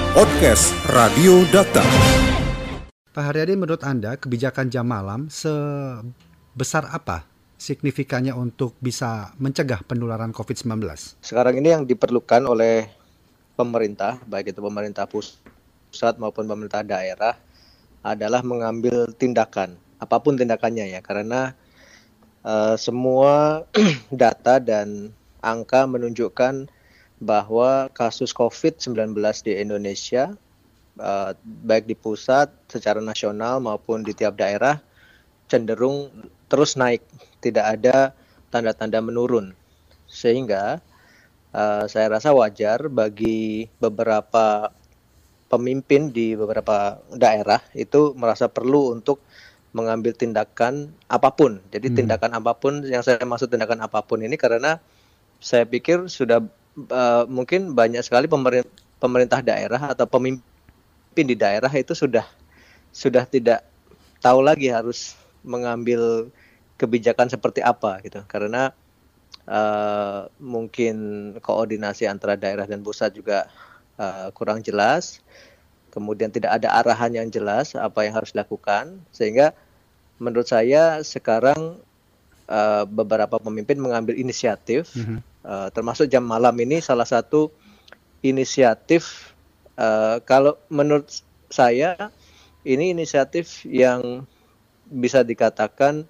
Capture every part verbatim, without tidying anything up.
Podcast Radio Data. Pak Haryadi, menurut Anda kebijakan jam malam sebesar apa signifikannya untuk bisa mencegah penularan covid sembilan belas? Sekarang ini yang diperlukan oleh pemerintah, baik itu pemerintah pusat maupun pemerintah daerah, adalah mengambil tindakan, apapun tindakannya ya, karena uh, semua data dan angka menunjukkan bahwa kasus covid sembilan belas di Indonesia, uh, baik di pusat secara nasional maupun di tiap daerah, cenderung terus naik, tidak ada tanda-tanda menurun. Sehingga uh, saya rasa wajar bagi beberapa pemimpin di beberapa daerah itu merasa perlu untuk mengambil tindakan apapun. Jadi hmm. tindakan apapun, yang saya maksud tindakan apapun ini karena saya pikir sudah uh, mungkin banyak sekali pemerintah, pemerintah daerah atau pemimpin di daerah itu sudah sudah tidak tahu lagi harus mengambil kebijakan seperti apa gitu. Karena uh, mungkin koordinasi antara daerah dan pusat juga uh, kurang jelas. Kemudian tidak ada arahan yang jelas apa yang harus dilakukan, sehingga menurut saya sekarang uh, beberapa pemimpin mengambil inisiatif, mm-hmm. uh, termasuk jam malam ini salah satu inisiatif. Uh, kalau menurut saya ini inisiatif yang bisa dikatakan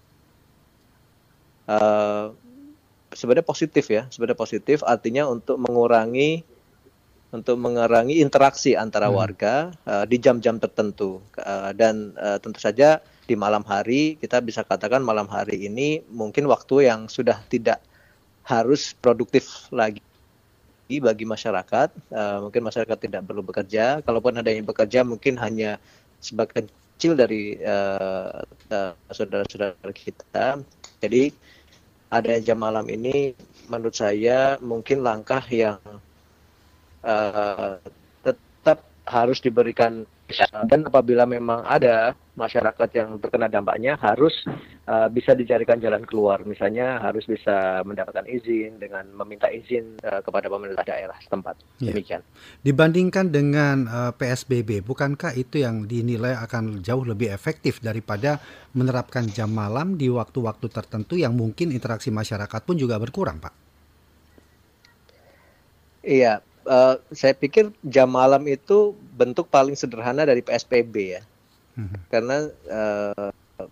uh, sebenarnya positif ya, sebenarnya positif, artinya untuk mengurangi untuk mengurangi interaksi antara warga uh, di jam-jam tertentu, uh, dan uh, tentu saja di malam hari kita bisa katakan malam hari ini mungkin waktu yang sudah tidak harus produktif lagi bagi masyarakat. Uh, mungkin masyarakat tidak perlu bekerja, kalaupun ada yang bekerja mungkin hanya sebagian kecil dari uh, uh, saudara-saudara kita. Jadi ada jam malam ini menurut saya mungkin langkah yang Uh, tetap harus diberikan, dan apabila memang ada masyarakat yang terkena dampaknya harus uh, bisa dicarikan jalan keluar, misalnya harus bisa mendapatkan izin dengan meminta izin uh, kepada pemerintah daerah setempat. Ya. Demikian. Dibandingkan dengan uh, P S B B, bukankah itu yang dinilai akan jauh lebih efektif daripada menerapkan jam malam di waktu-waktu tertentu yang mungkin interaksi masyarakat pun juga berkurang, Pak? Iya. Uh, saya pikir jam malam itu bentuk paling sederhana dari P S B B ya, hmm. karena uh,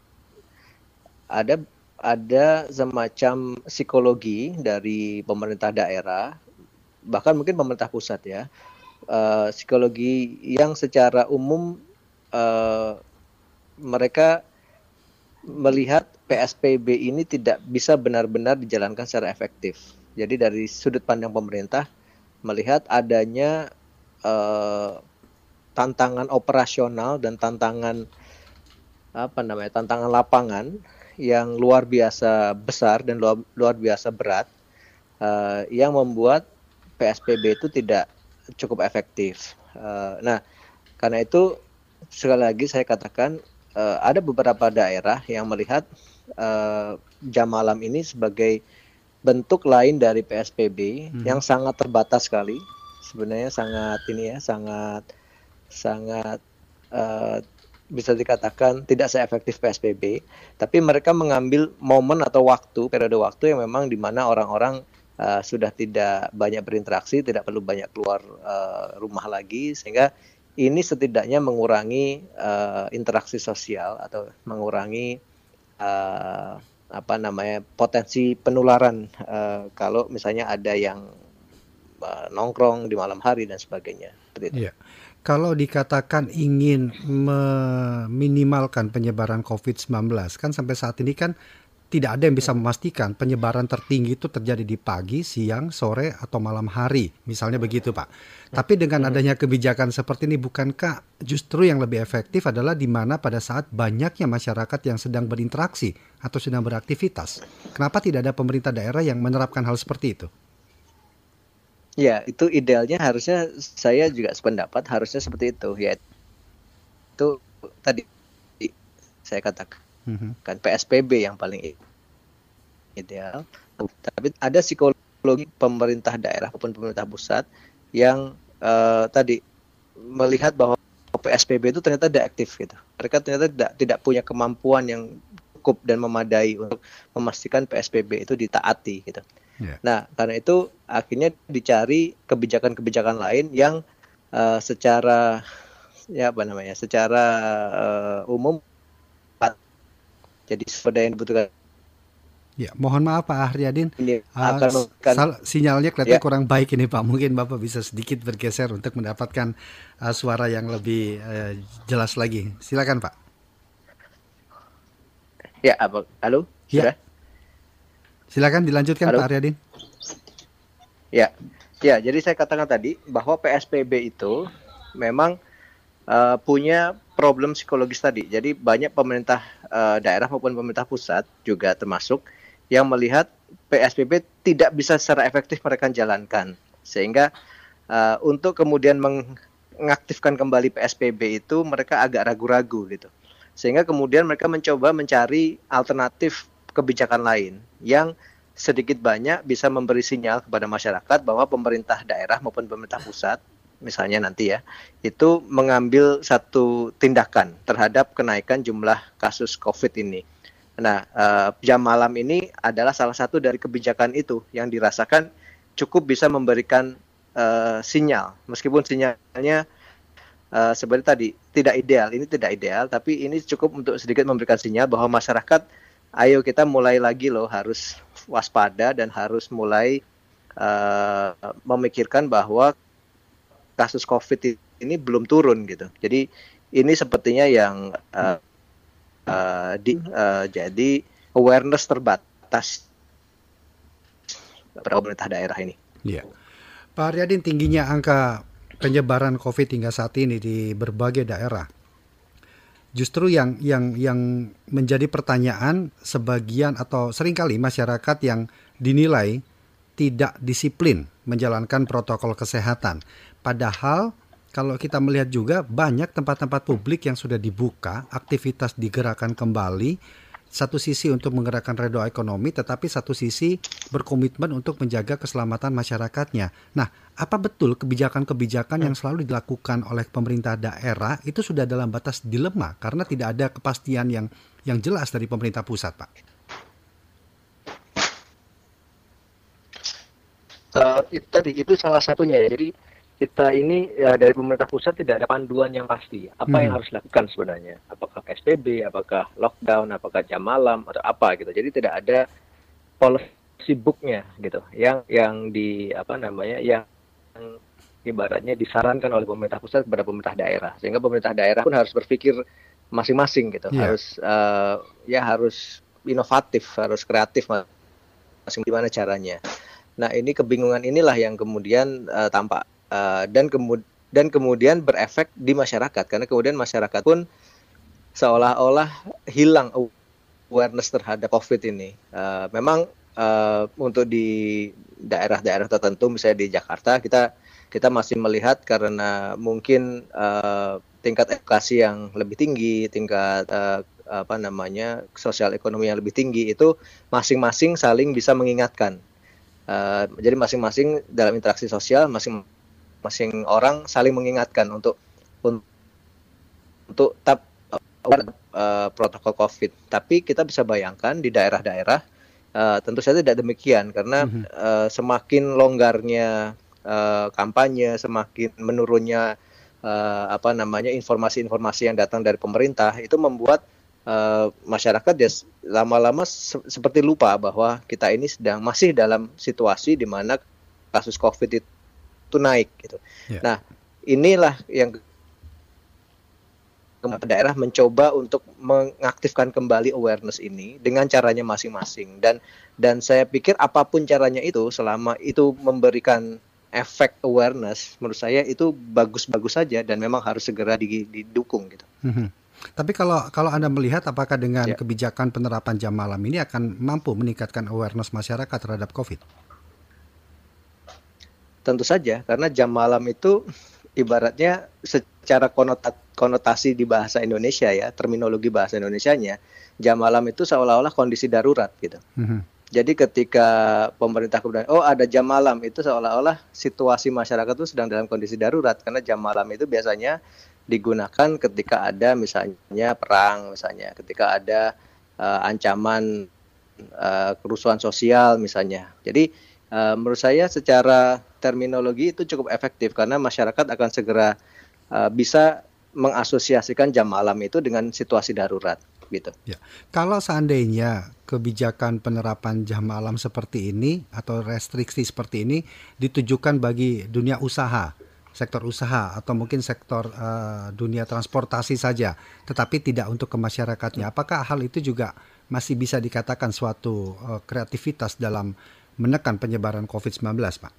ada ada semacam psikologi dari pemerintah daerah, bahkan mungkin pemerintah pusat ya, uh, psikologi yang secara umum uh, mereka melihat P S B B ini tidak bisa benar-benar dijalankan secara efektif. Jadi dari sudut pandang pemerintah melihat adanya uh, tantangan operasional dan tantangan apa namanya tantangan lapangan yang luar biasa besar dan luar, luar biasa berat, uh, yang membuat P S B B itu tidak cukup efektif. Uh, nah, karena itu sekali lagi saya katakan uh, ada beberapa daerah yang melihat uh, jam malam ini sebagai bentuk lain dari P S B B hmm. yang sangat terbatas sekali, sebenarnya sangat ini ya, sangat sangat uh, bisa dikatakan tidak seefektif P S B B, tapi mereka mengambil momen atau waktu, periode waktu yang memang di mana orang-orang uh, sudah tidak banyak berinteraksi, tidak perlu banyak keluar uh, rumah lagi, sehingga ini setidaknya mengurangi uh, interaksi sosial atau mengurangi uh, apa namanya potensi penularan uh, kalau misalnya ada yang uh, nongkrong di malam hari dan sebagainya. Iya. Kalau dikatakan ingin meminimalkan penyebaran covid sembilan belas, kan sampai saat ini kan tidak ada yang bisa memastikan penyebaran tertinggi itu terjadi di pagi, siang, sore, atau malam hari. Misalnya begitu, Pak. Tapi dengan adanya kebijakan seperti ini, bukankah justru yang lebih efektif adalah di mana pada saat banyaknya masyarakat yang sedang berinteraksi atau sedang beraktivitas? Kenapa tidak ada pemerintah daerah yang menerapkan hal seperti itu? Ya, itu idealnya harusnya, saya juga sependapat harusnya seperti itu. Ya, itu tadi saya katakan. Kan P S B B yang paling ideal, tapi ada psikologi pemerintah daerah maupun pemerintah pusat yang uh, tadi melihat bahwa P S B B itu ternyata tidak aktif gitu. Mereka ternyata tidak tidak punya kemampuan yang cukup dan memadai untuk memastikan P S B B itu ditaati gitu. Yeah. Nah, karena itu akhirnya dicari kebijakan-kebijakan lain yang uh, secara ya apa namanya, secara uh, umum jadi seperti yang dibutuhkan. Ya, mohon maaf Pak Haryadin, Ini uh, akan sal- sinyalnya kelihatan ya. kurang baik ini Pak. Mungkin Bapak bisa sedikit bergeser untuk mendapatkan uh, suara yang lebih uh, jelas lagi. Silakan Pak. Ya, apa? Halo? Sudah? Ya. Silakan dilanjutkan Halo? Pak Haryadin. Ya, ya. Jadi saya katakan tadi bahwa P S B B itu memang uh, punya problem psikologis tadi. Jadi banyak pemerintah uh, daerah maupun pemerintah pusat juga termasuk yang melihat P S B B tidak bisa secara efektif mereka jalankan, sehingga uh, untuk kemudian mengaktifkan kembali P S B B itu mereka agak ragu-ragu gitu, sehingga kemudian mereka mencoba mencari alternatif kebijakan lain yang sedikit banyak bisa memberi sinyal kepada masyarakat bahwa pemerintah daerah maupun pemerintah pusat misalnya nanti ya, itu mengambil satu tindakan terhadap kenaikan jumlah kasus COVID ini. Nah, uh, jam malam ini adalah salah satu dari kebijakan itu yang dirasakan cukup bisa memberikan uh, sinyal, meskipun sinyalnya uh, sebenarnya tadi tidak ideal, ini tidak ideal, tapi ini cukup untuk sedikit memberikan sinyal bahwa masyarakat, ayo kita mulai lagi loh, harus waspada dan harus mulai uh, memikirkan bahwa kasus COVID ini belum turun gitu. Jadi ini sepertinya yang uh, uh, di, uh, jadi awareness terbatas pada pemerintah daerah ini. Iya. Pak Haryadin, tingginya angka penyebaran COVID hingga saat ini di berbagai daerah. Justru yang yang yang menjadi pertanyaan sebagian atau seringkali masyarakat yang dinilai tidak disiplin menjalankan protokol kesehatan. Padahal kalau kita melihat juga banyak tempat-tempat publik yang sudah dibuka, aktivitas digerakkan kembali, satu sisi untuk menggerakkan roda ekonomi, tetapi satu sisi berkomitmen untuk menjaga keselamatan masyarakatnya. Nah, apa betul kebijakan-kebijakan yang selalu dilakukan oleh pemerintah daerah itu sudah dalam batas dilema karena tidak ada kepastian yang yang jelas dari pemerintah pusat, Pak? Uh, itu tadi itu salah satunya ya. Jadi kita ini ya, dari pemerintah pusat tidak ada panduan yang pasti apa hmm. yang harus dilakukan sebenarnya, apakah P S B B, apakah lockdown, apakah jam malam atau apa gitu. Jadi tidak ada policy booknya gitu yang yang di apa namanya yang ibaratnya disarankan oleh pemerintah pusat kepada pemerintah daerah, sehingga pemerintah daerah pun harus berpikir masing-masing gitu. Yeah. Harus uh, ya harus inovatif, harus kreatif masing gimana caranya. Nah, ini kebingungan inilah yang kemudian uh, tampak Uh, dan, kemud- dan kemudian berefek di masyarakat, karena kemudian masyarakat pun seolah-olah hilang awareness terhadap COVID ini. Uh, memang uh, untuk di daerah-daerah tertentu, misalnya di Jakarta, kita kita masih melihat karena mungkin uh, tingkat edukasi yang lebih tinggi, tingkat uh, apa namanya sosial ekonomi yang lebih tinggi, itu masing-masing saling bisa mengingatkan. Uh, jadi masing-masing dalam interaksi sosial, masing masing orang saling mengingatkan untuk untuk tetap uh, protokol COVID. Tapi kita bisa bayangkan di daerah-daerah uh, tentu saja tidak demikian, karena mm-hmm. uh, semakin longgarnya uh, kampanye, semakin menurunnya uh, apa namanya informasi-informasi yang datang dari pemerintah, itu membuat uh, masyarakat ya lama-lama se- seperti lupa bahwa kita ini sedang masih dalam situasi di mana kasus COVID itu itu naik gitu. Yeah. Nah, inilah yang daerah mencoba untuk mengaktifkan kembali awareness ini dengan caranya masing-masing, dan dan saya pikir apapun caranya itu, selama itu memberikan efek awareness, menurut saya itu bagus-bagus saja dan memang harus segera didukung gitu. Mm-hmm. Tapi kalau kalau Anda melihat apakah dengan yeah. kebijakan penerapan jam malam ini akan mampu meningkatkan awareness masyarakat terhadap COVID? Tentu saja, karena jam malam itu ibaratnya secara konota, konotasi di bahasa Indonesia ya, terminologi bahasa Indonesianya, jam malam itu seolah-olah kondisi darurat gitu. Mm-hmm. Jadi ketika pemerintah kemudian, oh ada jam malam, itu seolah-olah situasi masyarakat itu sedang dalam kondisi darurat, karena jam malam itu biasanya digunakan ketika ada misalnya perang, misalnya ketika ada uh, ancaman uh, kerusuhan sosial misalnya. Jadi uh, menurut saya secara terminologi itu cukup efektif, karena masyarakat akan segera uh, bisa mengasosiasikan jam malam itu dengan situasi darurat. Gitu. Ya. Kalau seandainya kebijakan penerapan jam malam seperti ini atau restriksi seperti ini ditujukan bagi dunia usaha, sektor usaha atau mungkin sektor uh, dunia transportasi saja, tetapi tidak untuk ke masyarakatnya, apakah hal itu juga masih bisa dikatakan suatu uh, kreativitas dalam menekan penyebaran covid sembilan belas, Pak?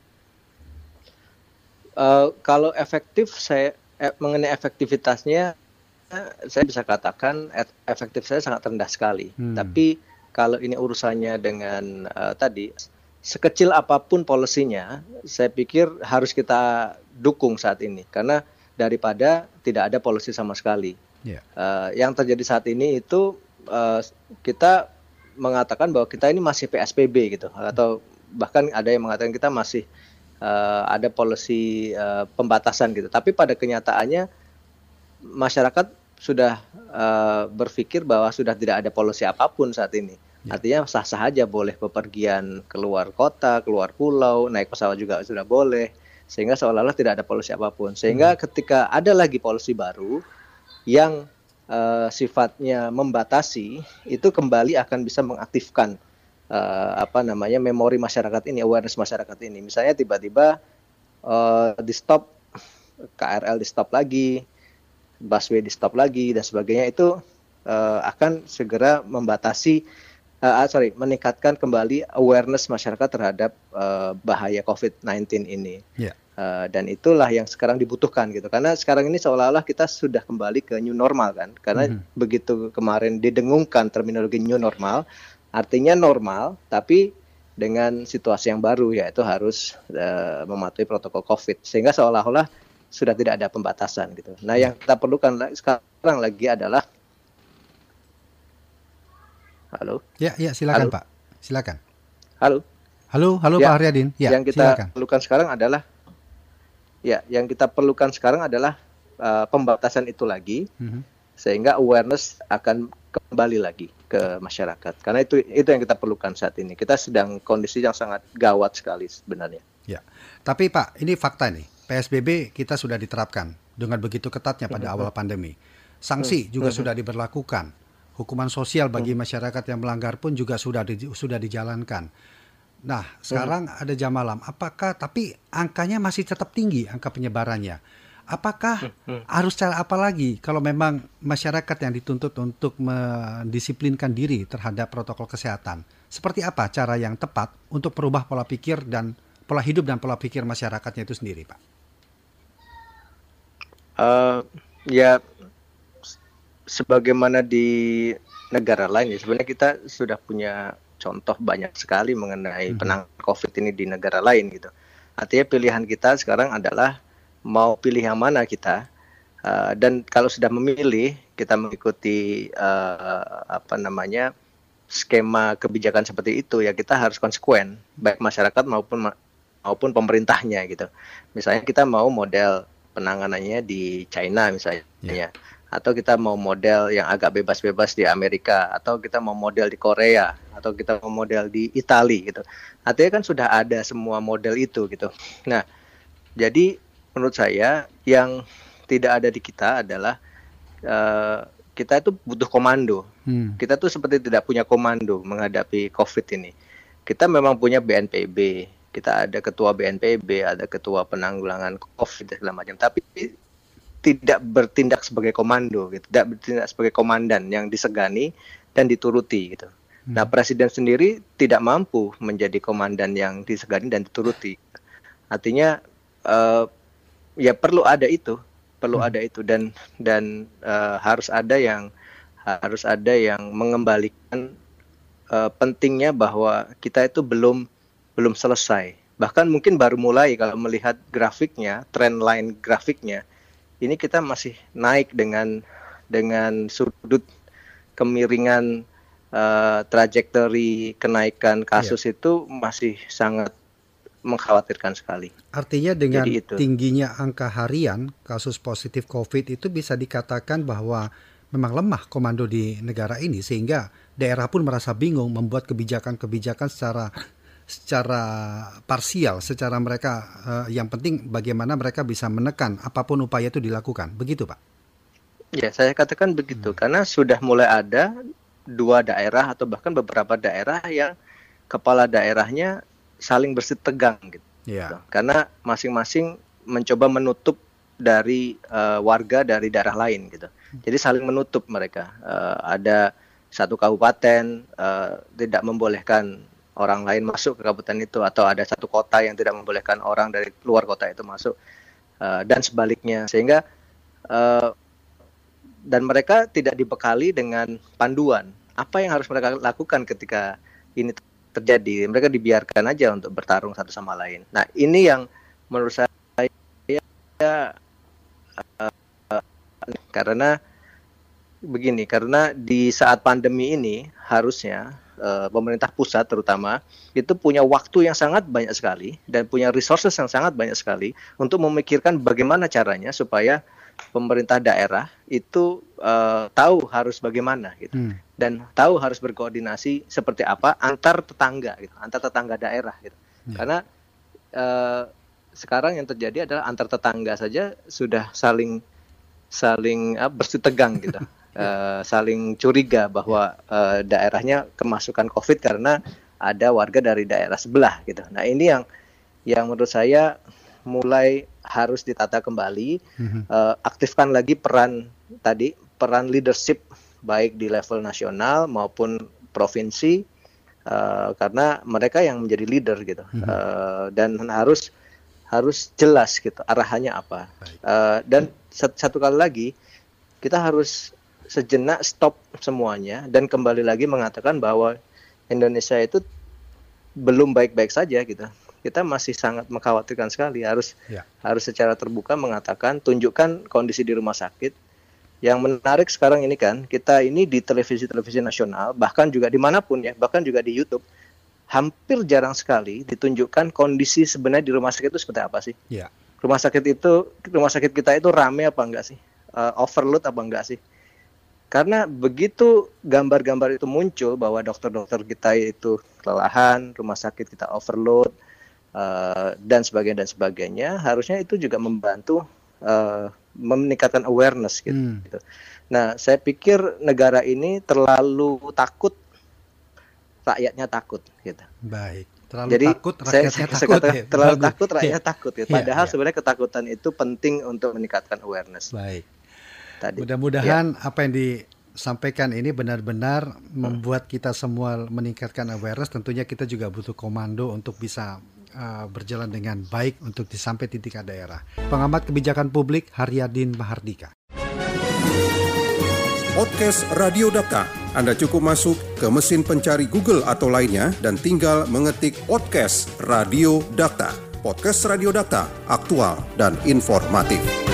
Uh, kalau efektif, saya eh, mengenai efektivitasnya, saya bisa katakan efektif saya sangat rendah sekali. Hmm. Tapi kalau ini urusannya dengan uh, tadi, sekecil apapun polisinya, saya pikir harus kita dukung saat ini. Karena daripada tidak ada polisi sama sekali. Yeah. Uh, yang terjadi saat ini itu uh, kita mengatakan bahwa kita ini masih P S B B gitu. Atau bahkan ada yang mengatakan kita masih uh, ada polisi uh, pembatasan gitu. Tapi pada kenyataannya masyarakat sudah uh, berpikir bahwa sudah tidak ada polusi apapun saat ini. Ya. Artinya sah-sah aja boleh bepergian keluar kota, keluar pulau, naik pesawat juga sudah boleh. Sehingga seolah-olah tidak ada polusi apapun. Sehingga hmm. ketika ada lagi polusi baru yang uh, sifatnya membatasi, itu kembali akan bisa mengaktifkan uh, apa namanya memori masyarakat ini, awareness masyarakat ini. Misalnya tiba-tiba uh, di stop, K R L di stop lagi, busway di stop lagi dan sebagainya, itu uh, akan segera membatasi, uh, sorry, meningkatkan kembali awareness masyarakat terhadap uh, bahaya covid sembilan belas ini. Yeah. Uh, dan itulah yang sekarang dibutuhkan gitu. Karena sekarang ini seolah-olah kita sudah kembali ke new normal kan. Karena mm-hmm. begitu kemarin didengungkan terminologi new normal, artinya normal tapi dengan situasi yang baru, yaitu harus uh, mematuhi protokol COVID. Sehingga seolah-olah sudah tidak ada pembatasan gitu. Nah, yang kita perlukan sekarang lagi adalah, halo. Ya, ya, silakan halo? Pak, silakan. Halo. Halo, halo ya, Pak Aryadin. Ya, yang kita silakan. perlukan sekarang adalah, ya, yang kita perlukan sekarang adalah uh, pembatasan itu lagi, mm-hmm. sehingga awareness akan kembali lagi ke masyarakat. Karena itu itu yang kita perlukan saat ini. Kita sedang kondisi yang sangat gawat sekali sebenarnya. Ya, tapi Pak, ini fakta nih. P S B B kita sudah diterapkan dengan begitu ketatnya pada awal pandemi. Sanksi juga sudah diberlakukan. Hukuman sosial bagi masyarakat yang melanggar pun juga sudah di, sudah dijalankan. Nah, sekarang ada jam malam. Apakah tapi angkanya masih tetap tinggi, angka penyebarannya? Apakah harus cara apa lagi kalau memang masyarakat yang dituntut untuk mendisiplinkan diri terhadap protokol kesehatan? Seperti apa cara yang tepat untuk merubah pola pikir dan pola hidup dan pola pikir masyarakatnya itu sendiri, Pak? Uh, ya, sebagaimana di negara lain ya, sebenarnya kita sudah punya contoh banyak sekali mengenai mm-hmm. penanganan COVID ini di negara lain gitu. Artinya pilihan kita sekarang adalah mau pilih yang mana kita, uh, dan kalau sudah memilih, kita mengikuti uh, apa namanya skema kebijakan seperti itu, ya kita harus konsekuen, baik masyarakat maupun maupun pemerintahnya gitu. Misalnya kita mau model penanganannya di China misalnya, yeah. atau kita mau model yang agak bebas-bebas di Amerika, atau kita mau model di Korea, atau kita mau model di Italia gitu. Artinya kan sudah ada semua model itu gitu. Nah, jadi menurut saya yang tidak ada di kita adalah uh, kita itu butuh komando. Hmm. Kita tuh seperti tidak punya komando menghadapi COVID ini. Kita memang punya B N P B. Kita ada ketua B N P B, ada ketua penanggulangan COVID dan segala macam, tapi tidak bertindak sebagai komando, gitu. Tidak bertindak sebagai komandan yang disegani dan dituruti, gitu. Hmm. Nah, presiden sendiri tidak mampu menjadi komandan yang disegani dan dituruti. Artinya, uh, ya perlu ada itu, perlu hmm. ada itu dan dan uh, harus ada yang harus ada yang mengembalikan uh, pentingnya bahwa kita itu belum belum selesai. Bahkan mungkin baru mulai kalau melihat grafiknya, trend line grafiknya. Ini kita masih naik dengan dengan sudut kemiringan uh, trajektori kenaikan kasus yeah. itu masih sangat mengkhawatirkan sekali. Artinya dengan tingginya angka harian kasus positif COVID itu bisa dikatakan bahwa memang lemah komando di negara ini, sehingga daerah pun merasa bingung membuat kebijakan-kebijakan secara secara parsial, secara mereka uh, yang penting bagaimana mereka bisa menekan apapun upaya itu dilakukan. Begitu, Pak? Ya, saya katakan begitu, hmm. karena sudah mulai ada dua daerah atau bahkan beberapa daerah yang kepala daerahnya saling bersitegang gitu. Yeah. Karena masing-masing mencoba menutup dari uh, warga dari daerah lain gitu. Jadi saling menutup mereka. Uh, ada satu kabupaten uh, tidak membolehkan orang lain masuk ke kabupaten itu, atau ada satu kota yang tidak membolehkan orang dari luar kota itu masuk, uh, dan sebaliknya. Sehingga uh, dan mereka tidak dibekali dengan panduan apa yang harus mereka lakukan ketika ini terjadi. Mereka dibiarkan aja untuk bertarung satu sama lain. Nah, ini yang menurut saya uh, uh, karena begini, karena di saat pandemi ini harusnya uh, pemerintah pusat terutama itu punya waktu yang sangat banyak sekali dan punya resources yang sangat banyak sekali untuk memikirkan bagaimana caranya supaya pemerintah daerah itu uh, tahu harus bagaimana gitu. Hmm. Dan tahu harus berkoordinasi seperti apa antar tetangga gitu, antar tetangga daerah gitu. Hmm. Karena uh, sekarang yang terjadi adalah antar tetangga saja sudah saling saling uh, bersitegang gitu. uh, saling curiga bahwa uh, daerahnya kemasukan COVID karena ada warga dari daerah sebelah gitu. Nah, ini yang yang menurut saya mulai harus ditata kembali, mm-hmm. uh, aktifkan lagi peran tadi, peran leadership baik di level nasional maupun provinsi, uh, karena mereka yang menjadi leader gitu, mm-hmm. uh, dan harus harus jelas gitu arahannya apa. Uh, dan satu kali lagi kita harus sejenak stop semuanya dan kembali lagi mengatakan bahwa Indonesia itu belum baik-baik saja gitu. Kita masih sangat mengkhawatirkan sekali. Harus ya. harus secara terbuka mengatakan, tunjukkan kondisi di rumah sakit. Yang menarik sekarang ini kan, kita ini di televisi-televisi nasional, bahkan juga dimanapun ya, bahkan juga di YouTube, hampir jarang sekali ditunjukkan kondisi sebenarnya di rumah sakit itu seperti apa sih? Ya. Rumah sakit itu, rumah sakit kita itu rame apa enggak sih? Uh, overload apa enggak sih? Karena begitu gambar-gambar itu muncul bahwa dokter-dokter kita itu kelelahan, rumah sakit kita overload, Uh, dan sebagainya dan sebagainya, harusnya itu juga membantu uh, meningkatkan awareness gitu, hmm. gitu. Nah, saya pikir negara ini terlalu takut, rakyatnya takut gitu. Baik. Terlalu Jadi, takut, rakyatnya saya, takut. Saya kata, ya. Terlalu Bagus. takut, rakyatnya ya. takut. Gitu. Padahal ya, ya. sebenarnya ketakutan itu penting untuk meningkatkan awareness. Baik. Tadi. Mudah-mudahan ya. apa yang disampaikan ini benar-benar hmm. membuat kita semua meningkatkan awareness. Tentunya kita juga butuh komando untuk bisa Uh, berjalan dengan baik untuk sampai titik daerah. Pengamat kebijakan publik Haryadin Mahardika. Podcast Radio Data. Anda cukup masuk ke mesin pencari Google atau lainnya dan tinggal mengetik podcast Radio Data. Podcast Radio Data, aktual dan informatif.